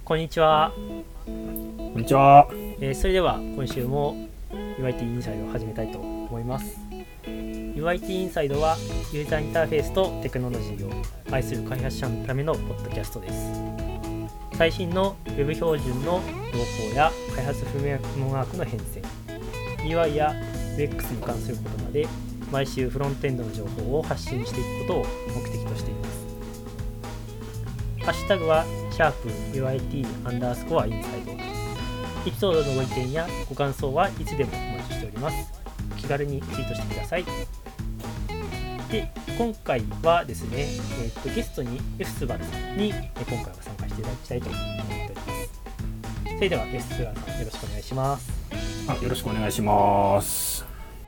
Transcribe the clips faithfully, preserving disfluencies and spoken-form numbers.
こんにちは。 こんにちは。 えーそれでは今週も ユーアイティー インサイドを始めたいと思います。 ユーアイティー インサイドはユーザーインターフェースとテクノロジーを愛する開発者のためのポッドキャストです。最新の Web 標準の動向や開発フレームワークの変遷、 ユーアイ や ユーエックス に関することまで毎週フロントエンドの情報を発信していくことを目的としています。ハッシュタグはシャープ ユーアイティー アンダースコアインサイド。エピソードのご意見やご感想はいつでもお待ちしております。お気軽にツイートしてください。で、今回はですね、えー、とゲストにエフスバルさんにえ今回は参加していただきたいと思っております。それではエフスバルさんよろしくお願いします。 あ、よろしくお願いします。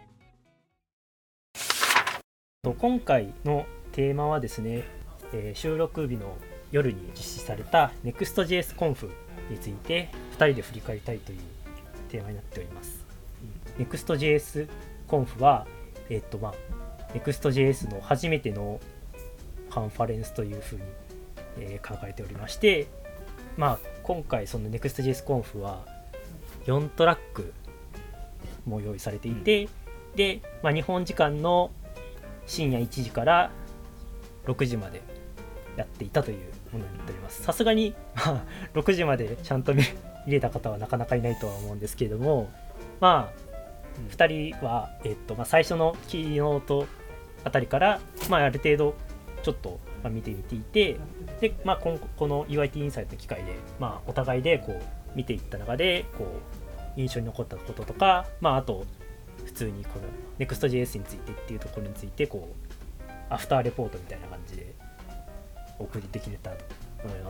と今回のテーマはですね、えー収録日の夜に実施された ネクストジェイエス コンフについてふたりで振り返りたいというテーマになっております。ネクストジェイエス コンフは、えっとまあ、ネクストジェイエス の初めてのカンファレンスというふうに、えー書かれておりまして、まあ、今回その ネクストジェイエス コンフはよんトラックも用意されていて、うん、で、まあ、日本時間の深夜いちじからろくじまでやっていたというものになっております。さすがにろくじまでちゃんと見れた方はなかなかいないとは思うんですけれども、まあ、うん、ふたりは、えっとまあ、最初のキーノートあたりから、まあ、ある程度ちょっと見てみていて、で、まあ、この ユーアイティー インサイトの機会で、まあ、お互いでこう見ていった中でこう印象に残ったこととか、まあ、あと普通にこの ネクストジェイエス についてっていうところについてこうアフターレポートみたいな感じでお送りできれたと思います。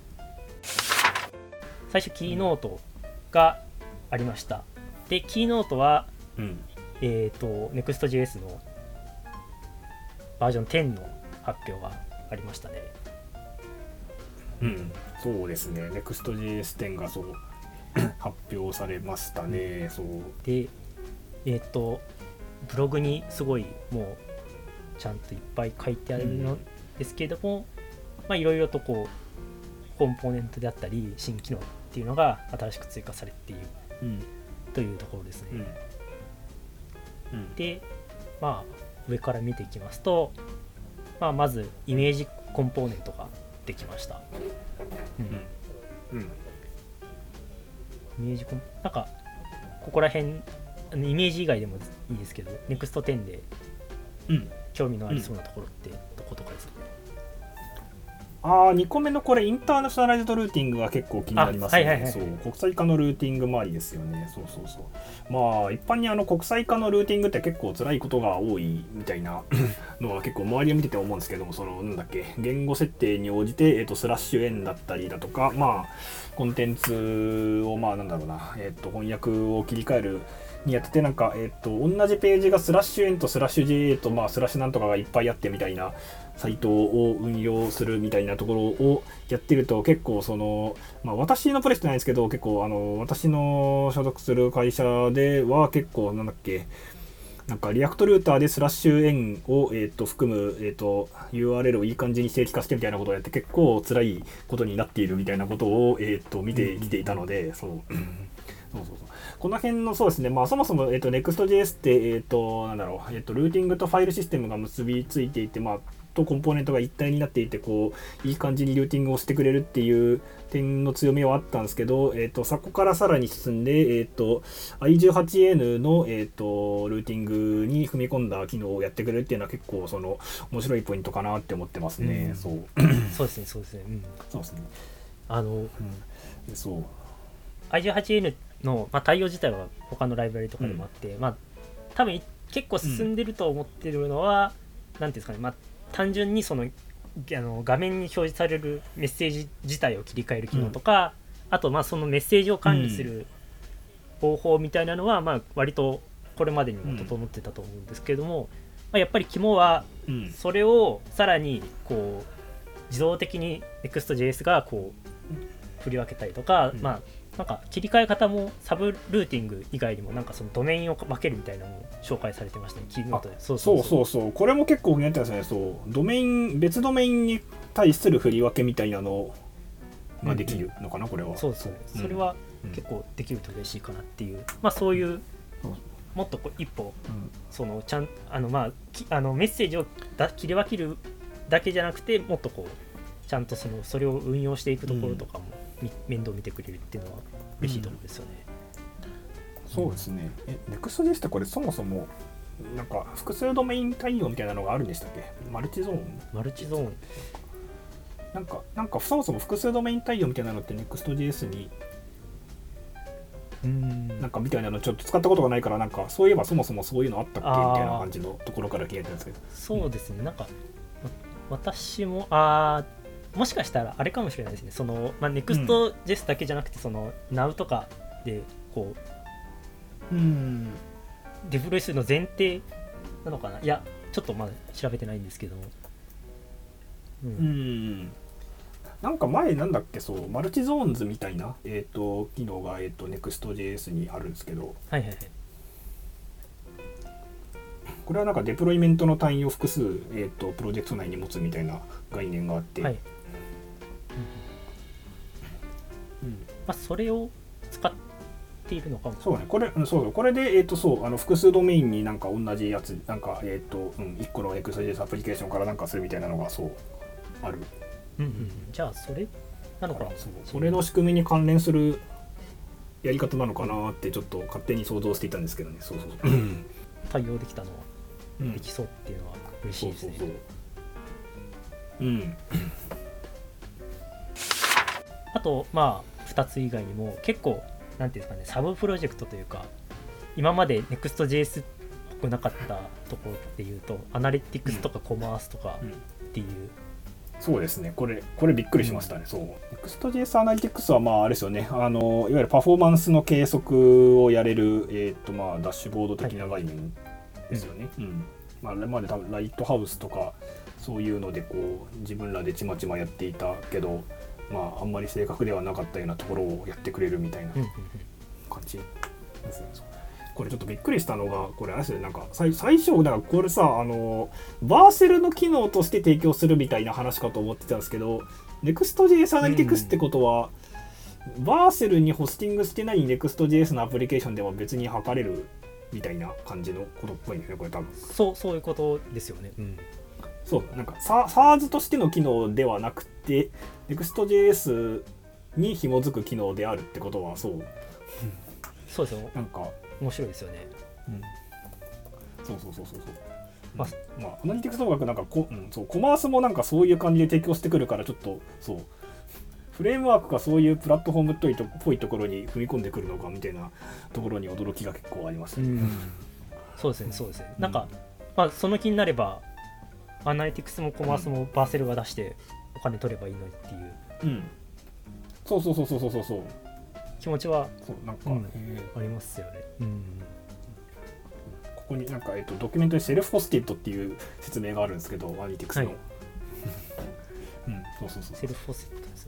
最初キーノートがありました。でキーノートは、うん、えっと ネクストジェイエス のバージョンじゅうの発表がありましたね。 うん、そうですね。ネクストジェイエステンがそう発表されましたね。そうで、えっとブログにすごいもうちゃんといっぱい書いてあるの、うんですけれども、まあ、いろいろとこうコンポーネントであったり新機能っていうのが新しく追加されている、うん、というところですね。うんうん、で、まあ、上から見ていきますと、まあ、まずイメージコンポーネントができました。うんうん、イメージコンなんかここら辺イメージ以外でもいいですけど ネクストじゅう で、うん、興味のありそうなところってどことかですかね。 ああ、にこめのこれインターナショナライズドルーティングが結構気になりますね。はいはいはい、そう国際化のルーティング周りですよね。そうそうそう。まあ一般にあの国際化のルーティングって結構辛いことが多いみたいなのは結構周りを見てて思うんですけども、そのなんだっけ言語設定に応じて、えー、とスラッシュ N だったりだとか、まあコンテンツをまあなんだろうな、えっ、ー、と翻訳を切り替えるにやってて、なんか、えっと、同じページがスラッシュ N とスラッシュ ジェイエー と、まあ、スラッシュなんとかがいっぱいあってみたいなサイトを運用するみたいなところをやってると結構その、まあ、私のプレスじゃないですけど、結構あの私の所属する会社では結構なんだっけなんかリアクトルーターでスラッシュ N を、えー、と含む、えー、と ユーアールエル をいい感じに正規化してみたいなことをやって結構辛いことになっているみたいなことを、えー、と見てきていたので、そうそうそうそうこの辺のそうですね、まあそもそも、えっと、ネクストジェイエス って、えっと、なんだろう、えっと、ルーティングとファイルシステムが結びついていて、まあ、とコンポーネントが一体になっていて、こう、いい感じにルーティングをしてくれるっていう点の強みはあったんですけど、えっと、そこからさらに進んで、えっと、アイじゅうはちエヌ の、えっと、ルーティングに踏み込んだ機能をやってくれるっていうのは結構、その、面白いポイントかなって思ってますね。うん、そう。 そうですね、そうですね。うん、 そうですね。 あの、うん、 そう。 アイじゅうはちエヌ の、まあ、対応自体は他のライブラリとかでもあって、うん、まあ多分結構進んでると思ってるのは、うん、なんていうんですかね、まあ単純にその、あの画面に表示されるメッセージ自体を切り替える機能とか、うん、あとまあそのメッセージを管理する方法みたいなのは、まあ割とこれまでにも整ってたと思うんですけれども、うんまあ、やっぱり肝はそれをさらにこう自動的に ネクストジェイエス がこう振り分けたりとか、うん、まあなんか切り替え方もサブルーティング以外にもなんかそのドメインを分けるみたいなのも紹介されてましたね、キーノートで。 そうそうそう、そうそうそう、これも結構気になってますね。そうドメイン別ドメインに対する振り分けみたいなのができるのかな、うん、これは。 そうそう、うん、それは結構できると嬉しいかなっていう、まあそういう、うん、もっとこう一歩、うん、そのちゃんあのまああのメッセージをだ切り分けるだけじゃなくて、もっとこうちゃんとそのそれを運用していくところとかも、うん、面倒見てくれるっていうのは嬉しいところですよね。 うん、そうですね。え、ネクストジェーエス ってこれそもそもなんか複数ドメイン対応みたいなのがあるんでしたっけ？マルチゾーン？ マルチゾーン。 なんかなんかそもそも複数ドメイン対応みたいなのって ネクストジェーエス にうんなんかみたいなのちょっと使ったことがないから、なんかそういえばそもそもそういうのあったっけみたいな感じのところから聞いたんですけど。 そうですね。なんか私もあもしかしたらあれかもしれないですね。そのまあ ネクストジェーエス だけじゃなくて、その Now とかでこう、うん、デプロイするの前提なのかな。いやちょっとまだ調べてないんですけども。 うん。うんなんか前なんだっけ、そうマルチゾーンズみたいな、えー、と機能が、えー、と ネクストジェーエス にあるんですけど、 はいはいはい、 これはなんかデプロイメントの単位を複数、えー、とプロジェクト内に持つみたいな概念があって、はいうんうんまあ、それを使っているのかも。 そうね、これ、うん、そうこれで、えー、とそうあの複数ドメインになんか同じやつなんか、えーとうん、いっこの ネクストジェーエス アプリケーションからなんかするみたいなのがそうある。 うんうん、じゃあそれなのかな。 そうそれの仕組みに関連するやり方なのかなってちょっと勝手に想像していたんですけどね。そうそうそう、うん、 対応できたのはできそうっていうのは嬉しいですね。 そうそうそう、うん、 あとまあふたつ以外にも結構なんていうんですかね、サブプロジェクトというか今まで ネクストジェーエス っぽくなかったところっていうと、アナリティクスとかコマースとかっていう、うんうんそうですね、これこれびっくりしましたね。そう ネクストジェーエス アナリティクスはまああれですよね、あのいわゆるパフォーマンスの計測をやれる、えーとまあ、ダッシュボード的な概念ですよね。はいうんまあ、まで多分ライトハウスとかそういうのでこう自分らでちまちまやっていたけど、まあ、あんまり正確ではなかったようなところをやってくれるみたいな感じですね。これちょっとびっくりしたのが、これあれですね、なんか最初だからこれさ、あのバーセルの機能として提供するみたいな話かと思ってたんですけど、ネクストジェーエス アナリティクスってことは、うん、バーセルにホスティングしてない ネクストジェーエス のアプリケーションでは別に測れるみたいな感じのことっぽいんですね、これ多分。 そうそういうことですよね。うん、 そうなんか SARS としての機能ではなくて ネクストジェーエス に紐づく機能であるってことはそう、うん、 そうですよ。 なんか面白いですよね。 うん、そうそうそうそうそう。まあ、まあ、アナリティクス総学なんかこ、うん、そうコマースもなんかそういう感じで提供してくるから、ちょっとそうフレームワークがそういうプラットフォームっぽいと、ぽいところに踏み込んでくるのかみたいなところに驚きが結構ありますね。うん、 そうですね、そうですね。なんか、まあ、その気になればアナリティクスもコマースもバーセルが出してお金取ればいいのにっていう、 うん、そうそうそうそうそうそう気持ちはそうなんか、 うん、ありますよね。うん、 ここになんか、えっと、ドキュメントにセルフホスティッドっていう説明があるんですけど、アナリティクスの、はいうん、そうそうそうセルフホスティッドですね。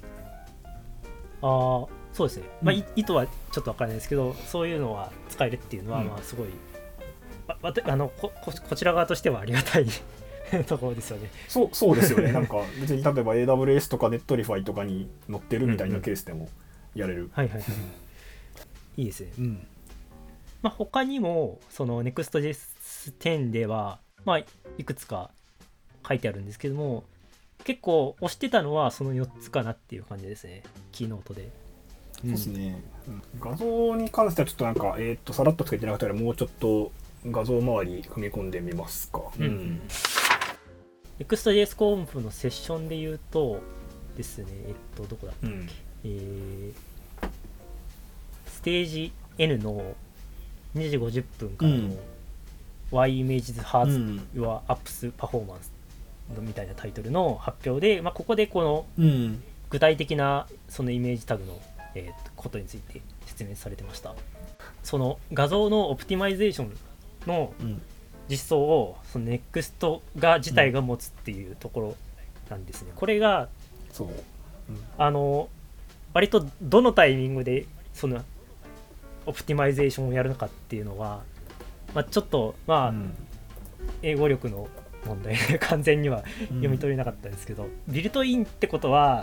ああそうですね、まあ、うん、意図はちょっと分からないですけど、そういうのは使えるっていうのは、まあすごい、うん、ああの こ, こちら側としてはありがたいところですよね。 そうそうですよね。なんか別に例えば エーダブリューエス とか Netlify とかに載ってるみたいなケースでもやれる。うんうん、 はいはいはい。いいですね。うん。まあ他にもその ネクストジェーエステン ではまあいくつか書いてあるんですけども、結構押してたのはそのよっつかなっていう感じですね。キーノートで。 そうですね。うん、画像に関してはちょっとなんかえっ、ー、とさらっとつけてなかったらもうちょっと画像周り踏み込んでみますか。うん。うん、 ネクストジェーエス コンフのセッションで言うとですね、えっとどこだっけ、うん、えー、ステージ N のにじごじゅっぷんからの、うん、Why Images Hurt Your Apps Performance みたいなタイトルの発表で、まあ、ここでこの具体的なそのイメージタグの、えー、ことについて説明されてました。その画像のオプティマイゼーションの実装をその ネクスト が自体が持つっていうところなんですね。これがそう、うん、 あの割とどのタイミングでそのオプティマイゼーションをやるのかっていうのは、まあ、ちょっとまあ、うん、英語力の問題完全には読み取れなかったんですけど、うん、ビルトインってことは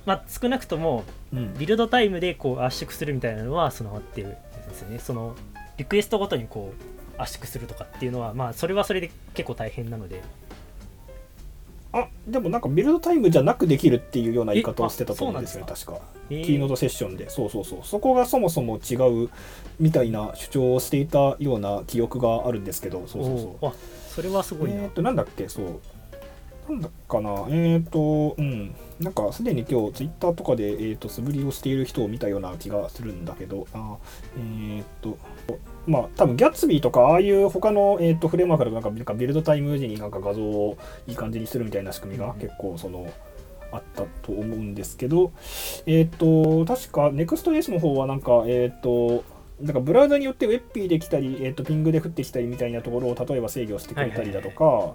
まあ、少なくともビルドタイムでこう圧縮するみたいなのは備わってるんですよね。そのリクエストごとにこう圧縮するとかっていうのは、まあ、それはそれで結構大変なので。 あ、でもなんかビルドタイムじゃなくできるっていうような言い方をしてたと思うんですよね、確か。キーノートセッションで。そうそうそう。そこがそもそも違うみたいな主張をしていたような記憶があるんですけど、そうそうそう。 あ、それはすごいな。 えっと、なんだっけ、そう。なんだかな、えっと、うん。なんかすでに今日ツイッターとかで、えー、と素振りをしている人を見たような気がするんだけど、あえっと、まあ多分ギャッツビーとかああいう他の、えー、とフレームワークだとなんかなんかビルドタイム時になんか画像をいい感じにするみたいな仕組みが結構そのあったと思うんですけど、えっと確か Next.js の方はなんかえっとなんかブラウザによってウェッピーできたり、えー、とピングで降ってきたりみたいなところを例えば制御してくれたりだとか、はいはいはい、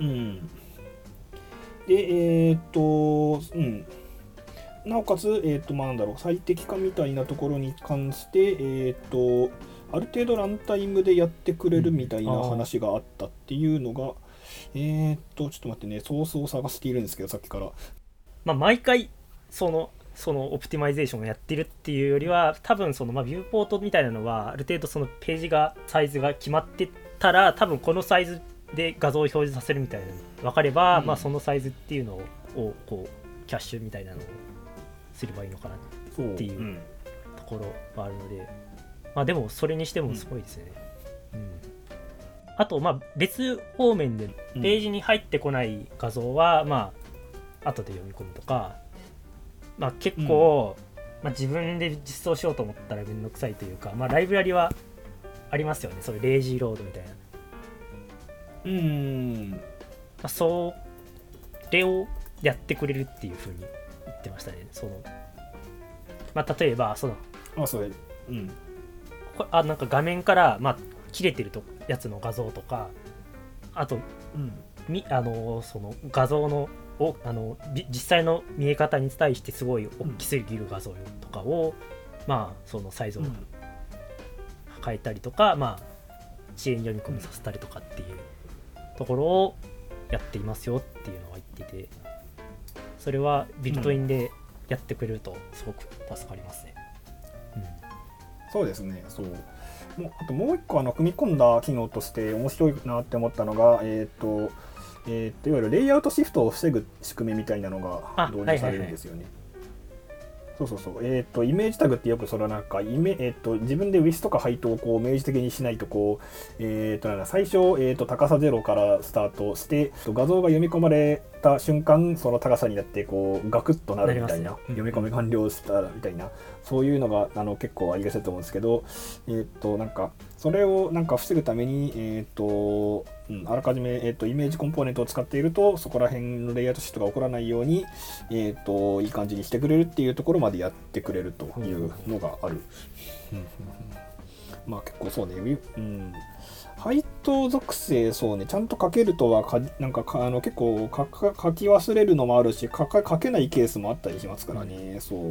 うんでえっとうんなおかつ、えーとまあ、なんだろう最適化みたいなところに関して、えーとある程度ランタイムでやってくれるみたいな話があったっていうのが、うん、えっとちょっと待ってね、ソースを探しているんですけど、さっきから。 まあ、毎回そのそのオプティマイゼーションをやってるっていうよりは、多分そのまあビューポートみたいなのはある程度そのページがサイズが決まってたら、多分このサイズで画像を表示させるみたいなの分かれば、うん、まあ、そのサイズっていうのをこうキャッシュみたいなのをすればいいのかなっていうところがあるので、まあでもそれにしてもすごいですね、うんうん、あとまあ別方面でページに入ってこない画像はまあ後で読み込むとか、まあ結構、うんまあ、自分で実装しようと思ったらめんどくさいというか、まあライブラリはありますよね、そういうレイジーロードみたいな。 うーん、 まあ、それをやってくれるっていう風に言ってましたね。そのまあ、例えばそのあそれ、うん、 あなんか画面から、まあ、切れてるとやつの画像とか、あと、うん、みあのその画像のおあの実際の見え方に対してすごい大きすぎる画像とかを、うん、まあそのサイズを変えたりとか、うん、まあ遅延読み込みさせたりとかっていうところをやっていますよっていうのは言ってて、それはビルトインでやってくれるとすごく助かりますね、うん、 そうですね。そうもうあともう一個あの組み込んだ機能として面白いなって思ったのが、えっ、ー、とえー、といわゆるレイアウトシフトを防ぐ仕組みみたいなのが導入されるんですよね。そうそうそう。えっ、ー、とイメージタグってよくそれはなんかイメ、えー、と自分でウィスとかハイトをこう明示的にしないとこう、えっ、ー、となんか最初、えー、と高さゼロからスタートして画像が読み込まれた瞬間その高さになってこうガクッとなるみたいな、読み込み完了したらみたいな、そういうのがあの結構ありがちだと思うんですけど、えっ、ー、となんかそれをなんか防ぐためにえっ、ー、とうん、あらかじめ、えー、とイメージコンポーネントを使っているとそこら辺のレイアウトシフトが起こらないように、えー、といい感じにしてくれるっていうところまでやってくれるというのがある、うん、まあ結構そうね、うん、配当属性そうねちゃんと書けるとはかなんかかあの結構かか書き忘れるのもあるし書か書けないケースもあったりしますからね、うん、そう、うん、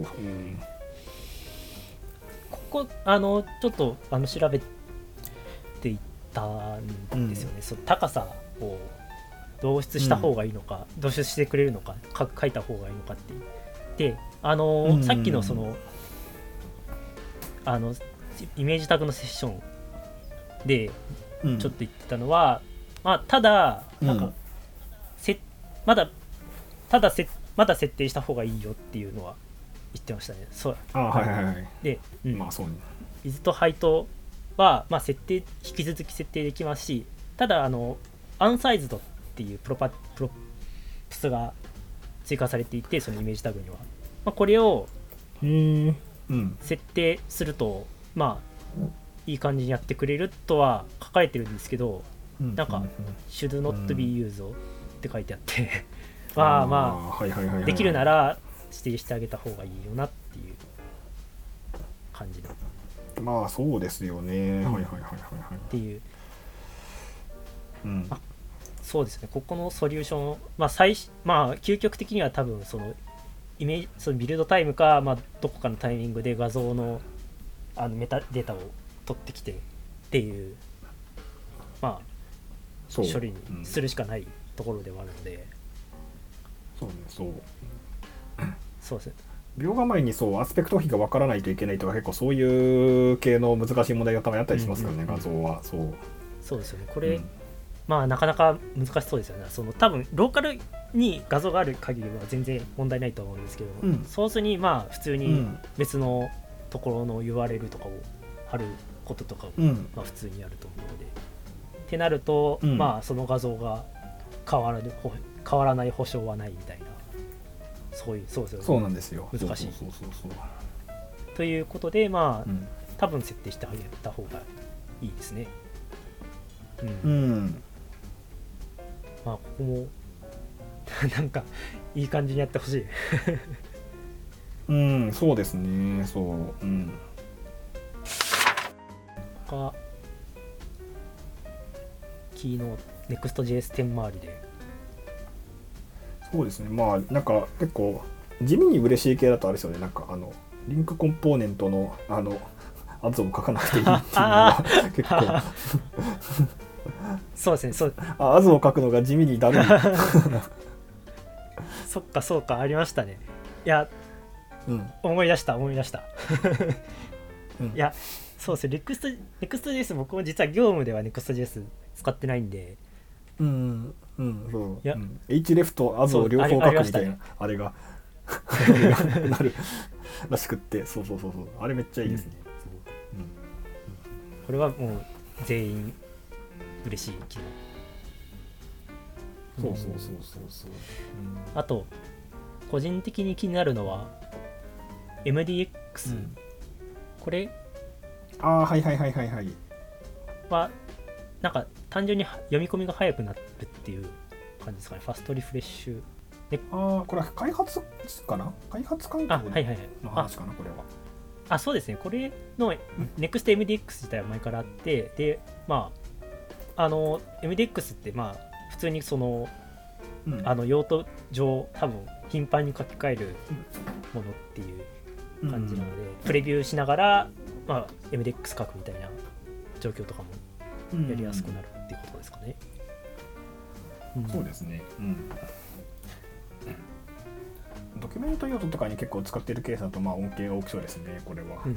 ここあのちょっとあの調べていったんですよね、うん、その高さを導出した方がいいのか、うん、導出してくれるのかか書いた方がいいのかっていうであの、うん、さっきのそのあのイメージタグのセッションでちょっと言ってたのは、うんまあ、ただなんか、うん、せまだただせまだ設定した方がいいよっていうのは言ってましたね。そうあはいはいはいで、うん、 まあそうねイズとハイトは、まあ、設定引き続き設定できますし、ただあのアンサイズドっていうプロパプロプスが追加されていて、そのイメージタグには、まあ、これを設定すると、まあいい感じにやってくれるとは書かれてるんですけど、うん、なんか、うん、should not be used って書いてあってまあまあできるなら指定してあげた方がいいよなっていう感じの。 まあそうですよね、うん、はいはいはいはいっていう、うん、あそうですね、ここのソリューション、まあ最まあ究極的には多分そのイメージそのビルドタイムか、まあ、どこかのタイミングで画像のあのメタデータを取ってきてっていう、まあ処理にするしかないところではあるので、 そうねそうそうですね。 描画前にそうアスペクト比が分からないといけないとか結構そういう系の難しい問題がたまにあったりしますからね、うんうんうん、画像はそうそうですよね。これ、うん、まあなかなか難しそうですよね。その多分ローカルに画像がある限りは全然問題ないと思うんですけど、うん、ソースにまあ普通に別のところの ユーアールエル とかを貼ることとかも、まあ普通にあると思うので、うん、ってなると、うん、まあその画像が変わらぬ変わらない保証はないみたいな、そういうそうですよね。 そうなんですよ。 難しい。 そうそうそうそうということでまあ、うん、多分設定してあげた方がいいですね。うん。うん、まあここもなんかいい感じにやってほしい。 うん、そうですね。そう。うん。 他キーの ネクストジェイエステン 周りで。 そうですね。まあなんか結構地味に嬉しい系だとあれですよね。なんかあのリンクコンポーネントのあのアズを書かなくていいっていうのが結構そうですね。そう。 あ、アズを書くのが地味にだるい。 そっかそうかありましたね。いや、うん、思い出した思い出した。うん、いやそうですね。ネクストネクストジェイエス僕も実は業務ではネクストジェイエス使ってないんで。 うんうんそう。いや、うん、エイチレフ と アズ を両方書くみたいな あ, あれがなるらしくって、そうそうそうそうあれめっちゃいいですね。 うんうん、これはもう全員嬉しい機能。そうそうそうそうそう、 うん、あと個人的に気になるのは エムディーエックス、うん、これああはいはいはいはいはいはなんか単純に読み込みが早くなるっていう感じですかね。ファストリフレッシュで、ああこれは開発かな、開発環境の話かな、はいはいはい、これは。 あそうですね。これの ネクストエムディーエックス 自体は前からあって、でまああの エムディーエックス ってまあ普通にその、うん、あの用途上多分頻繁に書き換えるものっていう感じなので、うん、プレビューしながら、まあ、エムディーエックス 書くみたいな状況とかもやりやすくなるっていうことですかね。 うんうん、そうですね、うん、ドキュメント用途とかに結構使っているケースだとまあ恩恵が大きそうですねこれは。うんうん、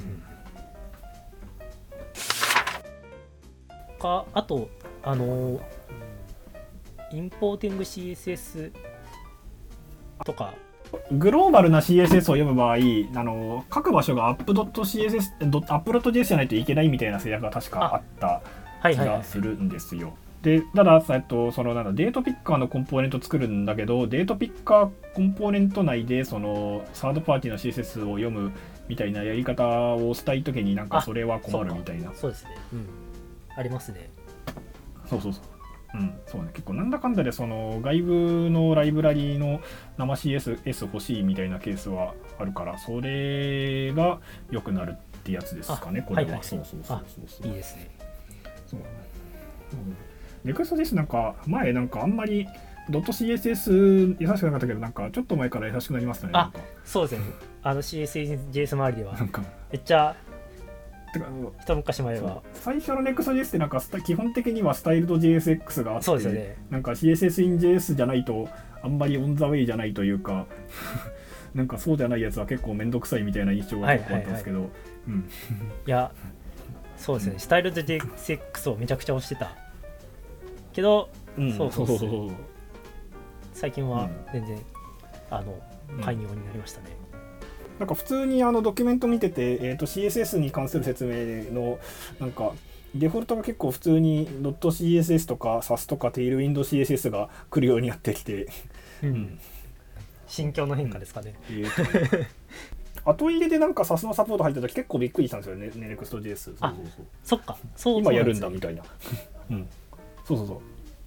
かあとあのインポーティング シーエスエス とかグローバルな シーエスエス を読む場合、あの各場所が app.css、app.js じゃないといけないみたいな制約が確かあった気がするんですよ。でただ、えっと、そのなんだデートピッカーのコンポーネント作るんだけど、デートピッカーコンポーネント内でそのサードパーティーの シーエスエス を読むみたいなやり方をしたいときになんかそれは困るみたいな。 そうそうですね、うん、ありますね。 そうそうそう。うん、そうね、結構なんだかんだでその外部のライブラリの生 シーエスエス 欲しいみたいなケースはあるから、それが良くなるってやつですかね、これは。はいはい、そうそうそうそう。 いいですね。 そう。ネクストジェイエスなんか前なんかあんまりドット シーエスエス 優しくなかったけど、なんかちょっと前から優しくなりましたね。 あ、そうですね。あの シーエスエス ジェイエス 周りではなんかめっちゃてか一昔前は最初の ネクストジェイエス ってなんか基本的にはスタイルド ジェイエスエックス があって、 そうですよね、 なんか シーエスエス in ジェイエス じゃないとあんまりオンザウェイじゃないというかなんかそうじゃないやつは結構めんどくさいみたいな印象が結構あったんですけど、いやそうですね、うん、スタイルド ジェイエスエックス をめちゃくちゃ押してたけど、うん、そうそうそうそう最近は全然、うん、あの寛容になりましたね。 なんか普通にあのドキュメント見てて、えー、と シーエスエス に関する説明のなんかデフォルトが結構普通に ドットシーエスエス とか サス とか Tailwind シーエスエス が来るようになってきて、 うんうん、心境の変化ですかね。うん、 後入れでなんか サス のサポート入った時結構びっくりしたんですよね、ネクストジェイエス。そうそうそう。 そっか。そう今やるんだみたいな。うん。そうそうそう。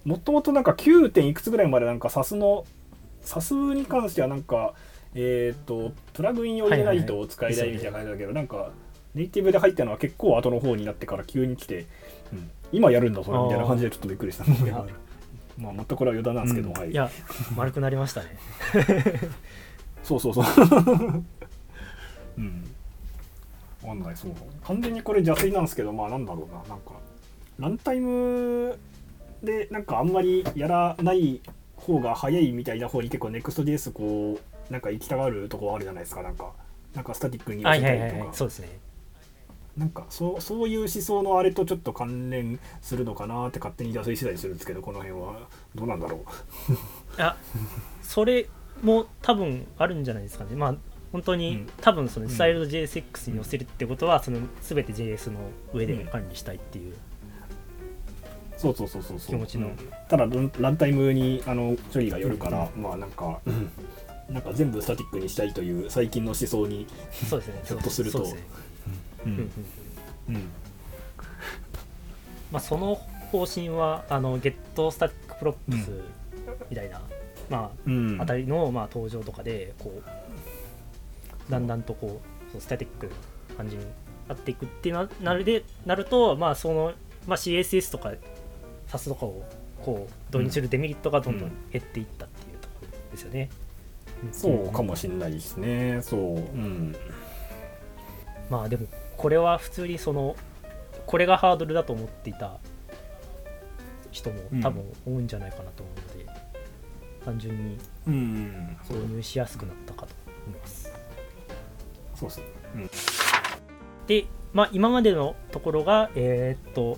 もともとなんか きゅう. 点いくつぐらいまでなんか サス の サス に関してはなんかえー、とプラグインを入れないと使えないみたいな感じだけど、なんかネイティブで入ったのは結構後の方になってから急に来て、うん、今やるんだそれみたいな感じでちょっとびっくりしたのがある。まあ全くこれは余談なんですけど、うん、はい、 いや丸くなりましたね。 そうそうそう。うん。わかんないそう完全にこれ邪推なんですけど、まあなんだろうな、なんかランタイムでなんかあんまりやらない方が早いみたいな方に結構 ネクストジェイエス こうなんか行きたがるところあるじゃないですか。なんかなんかスタティックに寄せたりとか、はいはいはいはい、 そうですね。 なんかそうそういう思想のあれとちょっと関連するのかなって勝手に邪推したりするんですけど、この辺はどうなんだろう。 あ、それも多分あるんじゃないですかね。まあ本当に、うん、多分そのスタイルド ジェイエスエックス に載せるってことは、うん、その全て ジェイエス の上で管理したいっていう、うん、 そうそうそうそう気持ちの、 うん、ただランタイムにあの処理がよるから、うん、まあなんか、うん、なんか全部スタティックにしたいという最近の思想にそうですねひょっとすると、 そうですね、うんうんうん、まあその方針はあの Get Static Props みたいな、うん、まあ、うん、あたりのまあ登場とかでこうだんだんとこうスタティックな感じになっていくっていうなるでなると、まあそのまあ、シーエスエス とか サス とかをこう導入するデメリットがどんどん減っていったっていうところですよね。 うんうん、そうかもしれないですね。そう、うん、 まあでもこれは普通にそのこれがハードルだと思っていた人も多分多いんじゃないかなと思うので、うん、単純に導入しやすくなったかと思います。 そうですね。うん、 で、まあ、今までのところが、えー、っと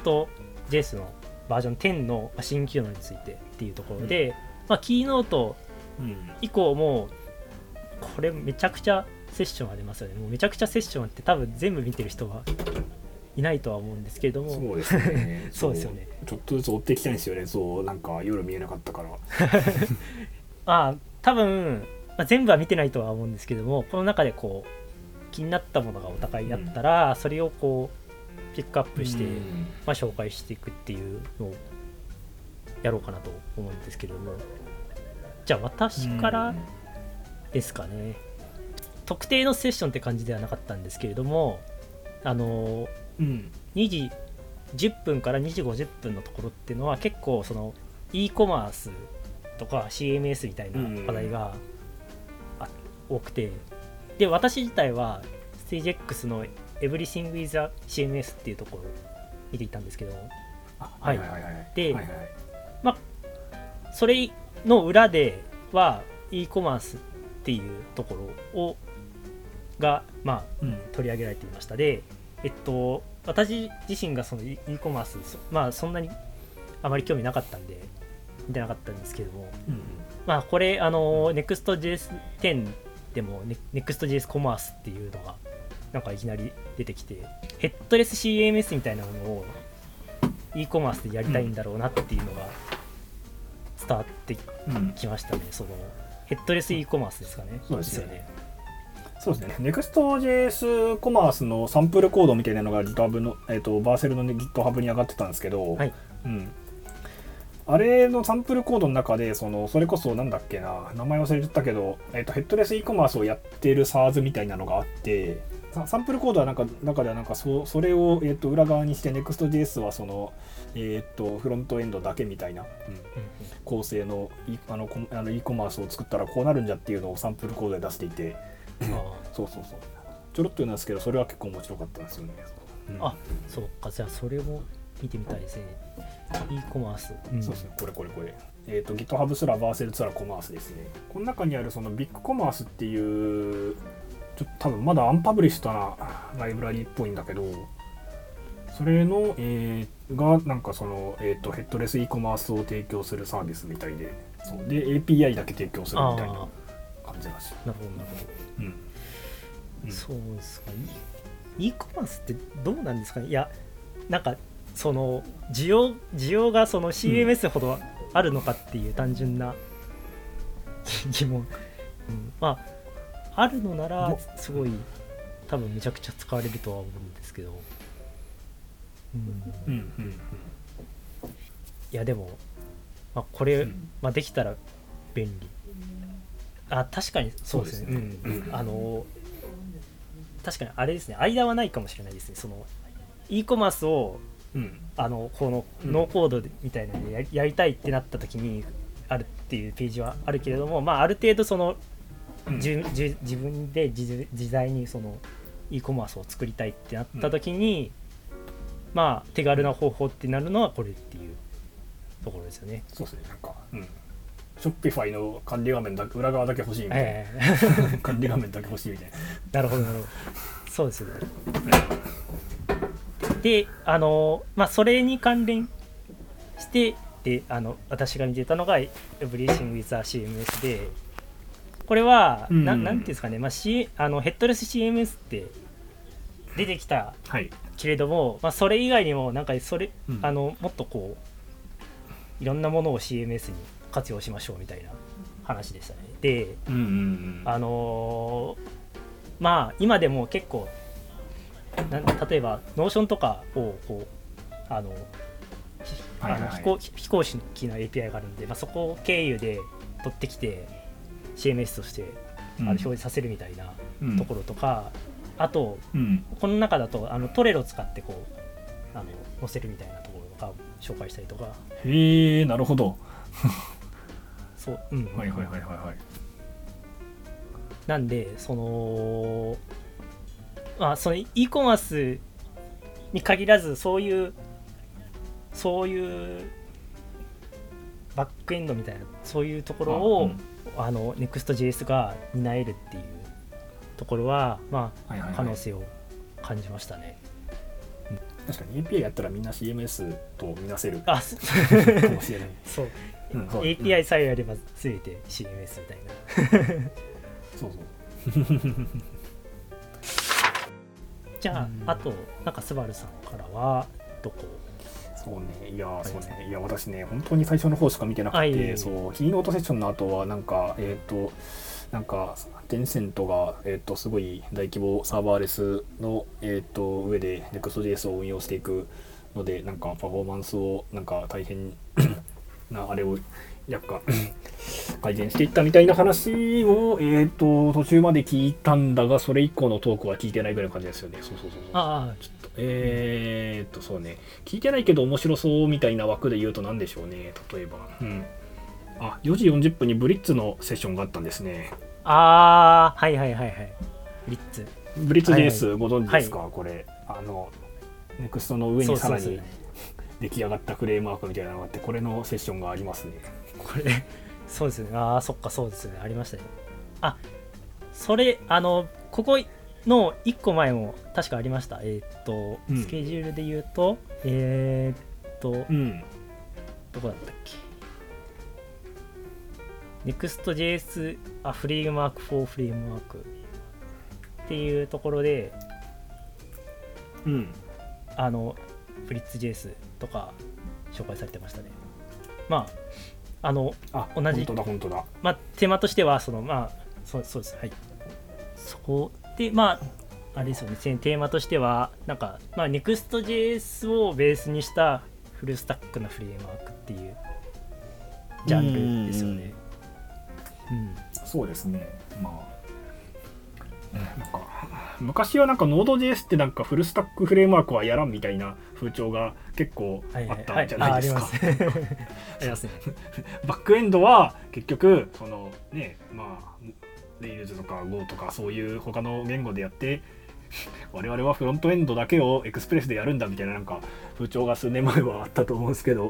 Next.js のバージョンテンの新機能についてっていうところで、うん、まあ、キーノート以降もこれめちゃくちゃセッションありますよね。もうめちゃくちゃセッションって多分全部見てる人はいないとは思うんですけれども、 そうですね。 そうですよね。 ちょっとずつ追っていきたいんですよね。そうなんか夜見えなかったから。 ああ、多分、まあ、全部は見てないとは思うんですけども、この中でこう気になったものがお互いあったら、うん、それをこうピックアップして、うん、まあ、紹介していくっていうのをやろうかなと思うんですけども、じゃあ私からですかね、うん、特定のセッションって感じではなかったんですけれども、あの、うん、にじじゅっぷんからにじごじゅっぷんのところっていうのは結構その e コマースとか シーエムエス みたいな話題が、うん、多くて、で私自体は ステージ X の Everything with a シーエムエス っていうところを見ていたんですけど、はいはいはいはい、で、はいはい、まあそれの裏では e コマースっていうところをがまあ、うん、取り上げられていました。で、えっと私自身がその e コマースまあそんなにあまり興味なかったんで見てなかったんですけども、うん、まあこれあの ネクストジェイエステン でも ネクストジェイエス コマースっていうのがなんかいきなり出てきて、ヘッドレス シーエムエス みたいなものを e コマースでやりたいんだろうなっていうのが伝わってきましたね、うん、そのヘッドレス e コマースですかね。 そうですよね。そうですね。ネクストジェイエス コマースのサンプルコードみたいなのが GitHub の、えーと、バーセルの GitHub に上がってたんですけど、はい、うん、あれのサンプルコードの中でそのそれこそなんだっけな、名前忘れちゃったけど、えーと、ヘッドレス e コマースをやっている SARS みたいなのがあって、サンプルコードはなんか中ではなんか そ, それを、えーと裏側にして ネクストジェイエス はその、えーとフロントエンドだけみたいな、うん、構成の e あのあの e コマースを作ったらこうなるんじゃっていうのをサンプルコードで出していて、あそうそうそう、ちょろっと言うんですけどそれは結構面白かったんですよね。 うん、あ、そうか、じゃあそれも見てみたいですね。e コマース、 うん、そうですね、これこれこれ、えっ、ー、と GitHub すらバーセルツらコマースですね。この中にあるそのビッグコマースっていうちょっと多分まだアンパブリッシュなライブラリーっぽいんだけど、それの、えー、がなんかその、えー、とヘッドレス e コマースを提供するサービスみたいで、そうで エーピーアイ だけ提供するみたいな感じらしい。 なるほどなるほど、うんうん、そうですか。 e コマースってどうなんですかね。いや、なんかその需要需要がその シーエムエス ほどあるのかっていう単純な疑問、うん、まああるのならすごい多分めちゃくちゃ使われるとは思うんですけど、うんうんうんうん、いやでも、まあ、これ、うん、まあ、できたら便利。あ、確かにそうですね。そうですね、うん、あの確かにあれですね、間はないかもしれないですね。その e コマースを、うん、あのこのノーコードみたいなので や, やりたいってなった時にあるっていうページはあるけれども、まあ、ある程度そのうん、じじ自分で自在にその e コマースを作りたいってなった時に、うん、まあ手軽な方法ってなるのはこれっていうところですよね。 そうですね。なんか、うん、 ショッピファイの管理画面だけ裏側だけ欲しいみたいな、えー、管理画面だけ欲しいみたいななるほどなるほどそうですよねであのまあそれに関連してであの私が見てたのが Everything with a シーエムエス でこれは、うん、な, なんていうんですかね、まあ、C、あのヘッドレス シーエムエス って出てきたけれども、はいまあ、それ以外にもなんかそれ、うん、あのもっとこういろんなものを シーエムエス に活用しましょうみたいな話でしたね。で、うんうんうん、あのー、まあ今でも結構な例えば Notion とかをこうあの、はいはい、あの非公非公式な エーピーアイ があるんで、まあ、そこを経由で取ってきて シーエムエス として、うん、あの表示させるみたいなところとか、うん、あと、うん、この中だとあのトレロ使ってこうあの載せるみたいなところとかを紹介したりとか。 へえなるほどそう、うん、 はいはいはいはいはいなんでそのまあその e コマースに限らずそういうそういうバックエンドみたいなそういうところをあ、うん、あの ネクストジェイエス が担えるっていうところはまあ、はいはいはい、可能性を感じましたね。 確かに エーピーアイ やったらみんな シーエムエス とみなせるかもしれないそう、うん、そう エーピーアイ さえやれば全て シーエムエス みたいなそうそうじゃああとなんかスバルさんからはどこそうねいやそうねいや私ね本当に最初の方しか見てなくてそうキーノートセッションの後はなんかえっ、ー、となんかテンセントが、えー、とすごい大規模サーバーレスの、えー、と上で ネクストジェイエス を運用していくのでなんかパフォーマンスをなんか大変なあれをやっぱ改善していったみたいな話を、えー、と途中まで聞いたんだがそれ以降のトークは聞いてないぐらいの感じですよね。そうそうそうそうああちょっとえー、っとそうね聞いてないけど面白そうみたいな枠で言うと何でしょうね。例えば、うん、あよじよんじゅっぷんにブリッツのセッションがあったんですね。 ああはいはいはいはいブリッツブリッツ ジェイエス ご存知ですか、はいはい、これあのネクストの上にさらに出来上がったフレームワークみたいなのがあってこれのセッションがありますね。 これそうですねああそっかそうですねありましたね。あそれあのここのいっこまえも確かありました。えー、っと、うん、スケジュールで言うとえー、っと、うん、どこだったっけネクストジェイエス あフレームワークフォーフレームワークっていうところで、うん、あのブリッツ ジェイエス とか紹介されてましたね。まああのあ同じ本当だ本当だ、 まあ、テーマとしてはそのまあそうそうですはいそこでまああれですよねテーマとしてはなんかまあ ネクストジェイエス をベースにしたフルスタックなフレームワークっていうジャンルですよね。 うん、そうですね。まあ、なんか昔はなんか Node.js ってなんかフルスタックフレームワークはやらんみたいな風潮が結構あったじゃないですか。バックエンドは結局そのねまあ Rails とか Go とかそういう他の言語でやって我々はフロントエンドだけをエクスプレスでやるんだみたいななんか風潮が数年前はあったと思うんですけど。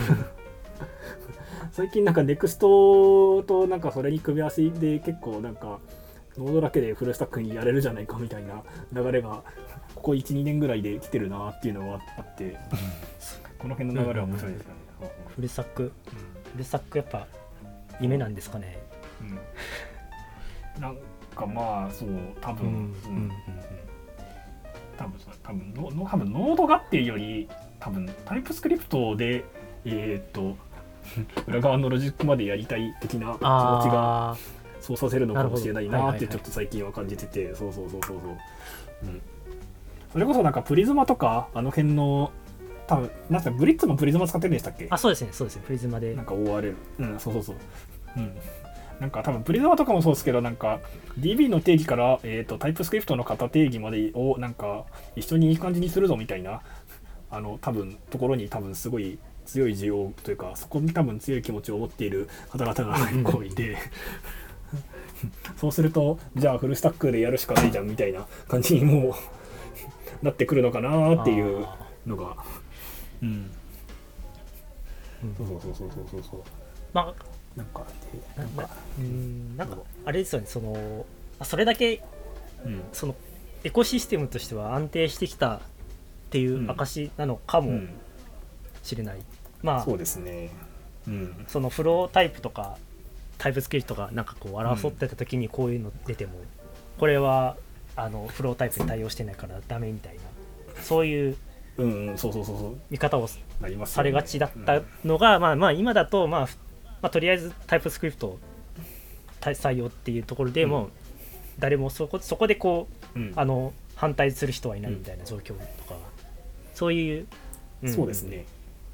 最近なんか Next となんかそれに組み合わせで結構なんかノードだけでフルスタックにやれるじゃないかみたいな流れがここ いちにねんぐらいで来てるなっていうのはあってこの辺の流れは面白いですよね。 うんうんうん、フルスタック、うん、フルスタックやっぱ夢なんですかね。 うん、なんかまあそう多分、うんうんうん、多分多分の多分ノードがっていうより多分タイプスクリプトでえー、っと裏側のロジックまでやりたい的な気持ちがそうさせるのかもしれないなってちょっと最近は感じてて、そうそうそうそうそう、うん、それこそなんかプリズマとかあの辺の多分なんかブリッツもプリズマ使ってるんでしたっけ？ あ、そうですねそうですねプリズマでなんか オーアールエル、うん、そうそうそう、うん、なんか多分プリズマとかもそうですけどなんか ディービー の定義から、えーと、タイプスクリプトの型定義までをなんか一緒にいい感じにするぞみたいなあの多分ところに多分すごい強い需要というかそこに多分強い気持ちを持っている方々が結構いてそうするとじゃあフルスタックでやるしかないじゃんみたいな感じにもなってくるのかなっていうのがうんそうそうそうそうそうそうまあなんかなんかうんなんかあれですよね、そのそれだけ、うん、そのエコシステムとしては安定してきたっていう証なのかもしれない、うんうん、まあそうですね、うん、 そのフロータイプとかタイプスクリプトがなんかこう争ってた時にこういうの出ても、うん、これはあのフロータイプに対応してないからダメみたいな、そういう見方をされがちだったのが、まあまあ今だと、まあ、まあとりあえずタイプスクリプト採用っていうところでもう誰もそこ、そこでこう、うん、あの反対する人はいないみたいな状況とか、うん、そういう、 うん、そうですね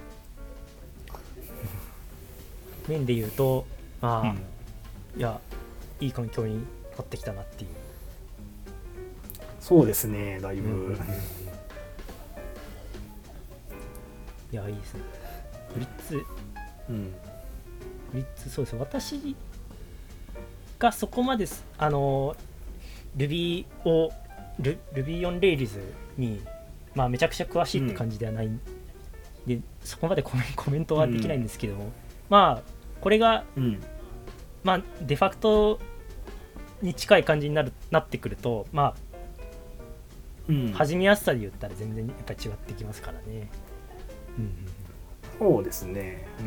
面で言うとまあ、うん、いやいい環境になってきたなっていう。 そうですね、だいぶ、うん、いやいいですね。ブリッツ、うん、ブリッツそうです。私がそこまであの Ruby を Ruby on Rails にまあめちゃくちゃ詳しいって感じではない、うん、でそこまでコメ、コメントはできないんですけども、うん、まあこれが、うん、まあデファクトに近い感じになるなってくるとまあ、うん、始めやすさで言ったら全然やっぱり違ってきますからね。 うん、そうですね。うん。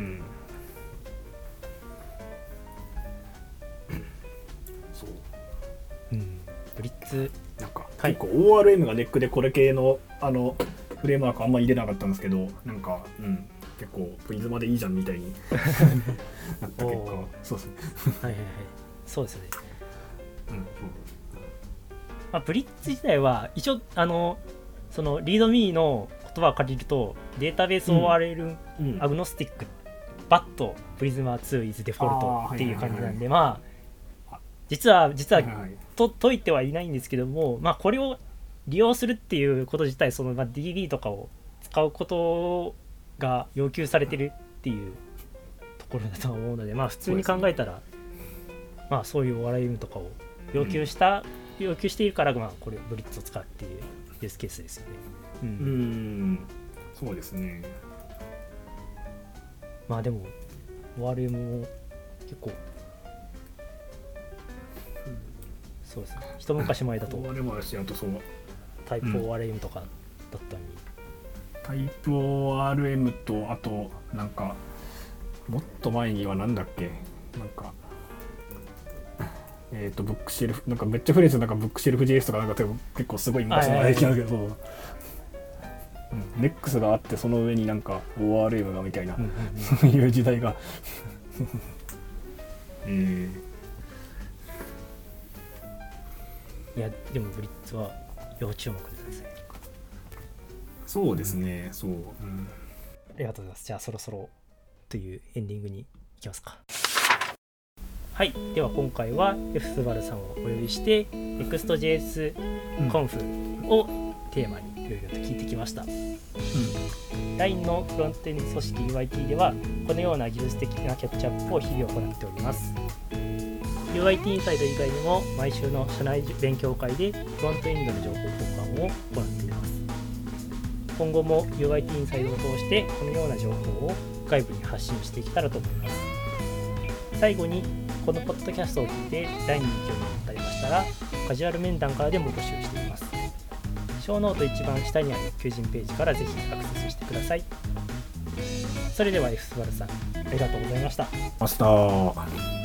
そう。 うん。ブリッツなんか、はい、結構 オーアールエム がネックでこれ系のあのフレームワークあんまり入れなかったんですけど、なんか、うん、結構プリズマでいいじゃんみたいになった結果、そうですね。 はいはいはい。そうですね。うん。まあ、ブリッツ自体は一応あのそのリードミーの言葉を借りるとデータベース オーアールエル アグノスティック、うん、バットプリズマツー is デフォルトっていう感じなんで、まあ実は実はと解いてはいないんですけども、まあこれを利用するっていうこと自体そのまあ ディービー とかを使うことが要求されてるっていうところだと思うので、まあ普通に考えたらまあそういう オーアールエム とかを要求した、うん、要求しているからまあこれブリッツを使うっていうユースケースですよね。 うん、うんそうですね。 まあでも オーアールエム も結構、うん、そうですね。一昔前だとオーアールエム はしあとそうタイプ オーアールエム とかだったのに、 うん、タイプ オーアールエム とあとなんかもっと前にはなんだっけなんかえっ、ー、とブックシェルフなんかめっちゃ古いですよ。なんかブックシェルフ ジェイエス とかなんか結構すごい昔の歴なんだけど、うん、ネックスがあってその上になんか オーアールエム がみたいな、うんうんうん、そういう時代がえー、いやでもブリッツは要注目ですね。 そうですね、うん、そう、うん、 ありがとうございます。じゃあそろそろというエンディングに行きますか。はい、では今回は F スバルさんをお呼びして ネクストジェイエス コンフをテーマにいろいろと聞いてきました、うん、ライン のフロントエンド組織 ユーアイティー ではこのような技術的なキャッチアップを日々行っております。 ユーアイティー インサイド以外にも毎週の社内勉強会でフロントエンドの情報交換を行っています。今後も ユーアイティー インサイドを通してこのような情報を外部に発信していけたらと思います。最後にこのポッドキャストを聞いてラインに興味を持たれましたらカジュアル面談からでも募集しています。ショーノート一番下にある求人ページからぜひアクセスしてください。それでは F スバルさんありがとうございました。 ました。